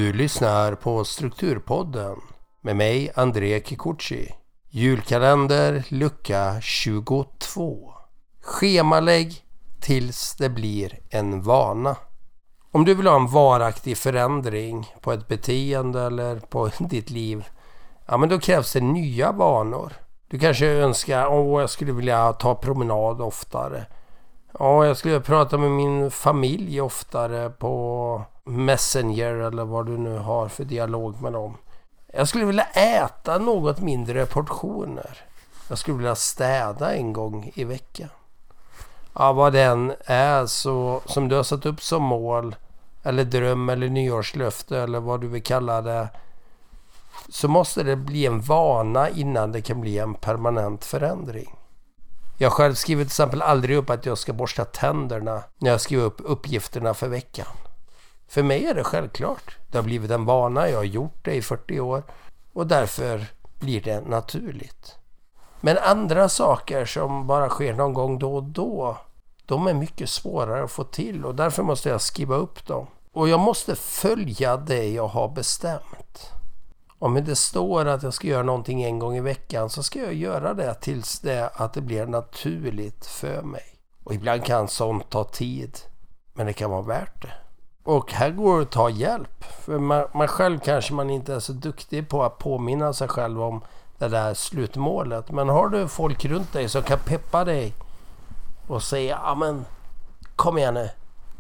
Du lyssnar på Strukturpodden med mig, André Kikuchi. Julkalender lucka 22. Schemalägg tills det blir en vana. Om du vill ha en varaktig förändring på ett beteende eller på ditt liv, ja, men då krävs det nya vanor. Du kanske önskar, jag skulle vilja ta promenad oftare. Jag skulle prata med min familj oftare på Messenger eller vad du nu har för dialog med dem. Jag skulle vilja äta något mindre portioner. Jag skulle vilja städa en gång i veckan. Ja, vad den är så, som du har satt upp som mål eller dröm eller nyårslöfte eller vad du vill kalla det, så måste det bli en vana innan det kan bli en permanent förändring. Jag själv skriver till exempel aldrig upp att jag ska borsta tänderna när jag skriver upp uppgifterna för veckan. För mig är det självklart. Det har blivit en vana, jag har gjort det i 40 år och därför blir det naturligt. Men andra saker som bara sker någon gång då och då, de är mycket svårare att få till och därför måste jag skriva upp dem. Och jag måste följa det jag har bestämt. Om det står att jag ska göra någonting en gång i veckan så ska jag göra det tills att det blir naturligt för mig. Och ibland kan sånt ta tid, men det kan vara värt det. Och här går det att ta hjälp. För man själv kanske man inte är så duktig på att påminna sig själv om det där slutmålet. Men har du folk runt dig som kan peppa dig och säga, ja men kom igen nu.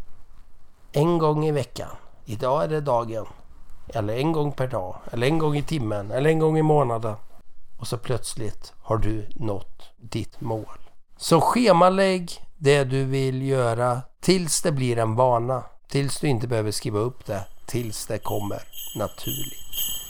En gång i veckan. Idag är det dagen. Eller en gång per dag. Eller en gång i timmen. Eller en gång i månaden. Och så plötsligt har du nått ditt mål. Så schemalägg det du vill göra tills det blir en vana. Tills du inte behöver skriva upp det. Tills det kommer naturligt.